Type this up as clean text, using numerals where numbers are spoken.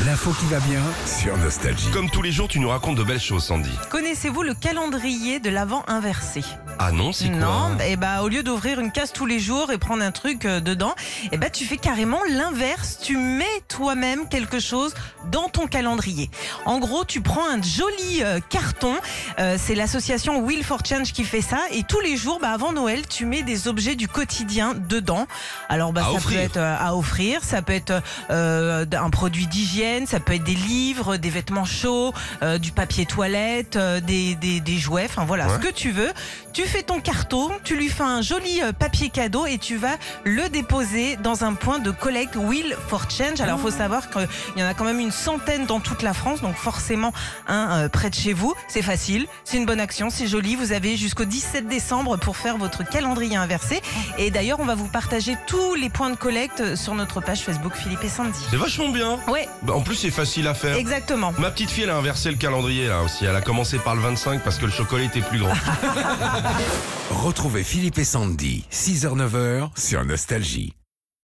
L'info qui va bien sur Nostalgie. Comme tous les jours, tu nous racontes de belles choses, Sandy. Connaissez-vous le calendrier de l'Avent inversé? Ah non, c'est quoi? Non, au lieu d'ouvrir une case tous les jours et prendre un truc dedans, tu fais carrément l'inverse. Tu mets toi-même quelque chose dans ton calendrier. En gros, tu prends un joli carton. C'est l'association Wheel for Change qui fait ça. Et tous les jours, avant Noël, tu mets des objets du quotidien dedans. Alors, ça offrir. peut être à offrir, ça peut être un produit d'hygiène, ça peut être des livres, des vêtements chauds, du papier toilette, des jouets, enfin voilà, Ouais. ce que tu veux. Tu fais ton carton, tu lui fais un joli papier cadeau et tu vas le déposer dans un point de collecte Wheel for Change. Alors, il faut savoir qu'il y en a quand même une centaine dans toute la France, donc forcément un près de chez vous. C'est facile, c'est une bonne action, c'est joli. Vous avez jusqu'au 17 décembre pour faire votre calendrier inversé. Et d'ailleurs, on va vous partager tous les points de collecte sur notre page Facebook Philippe et Sandy. C'est vachement bien. Ouais, En plus, c'est facile à faire. exactement. Ma petite fille, elle a inversé le calendrier là aussi. Elle a commencé par le 25 parce que le chocolat était plus grand. Retrouvez Philippe et Sandy, 6h-9h sur Nostalgie.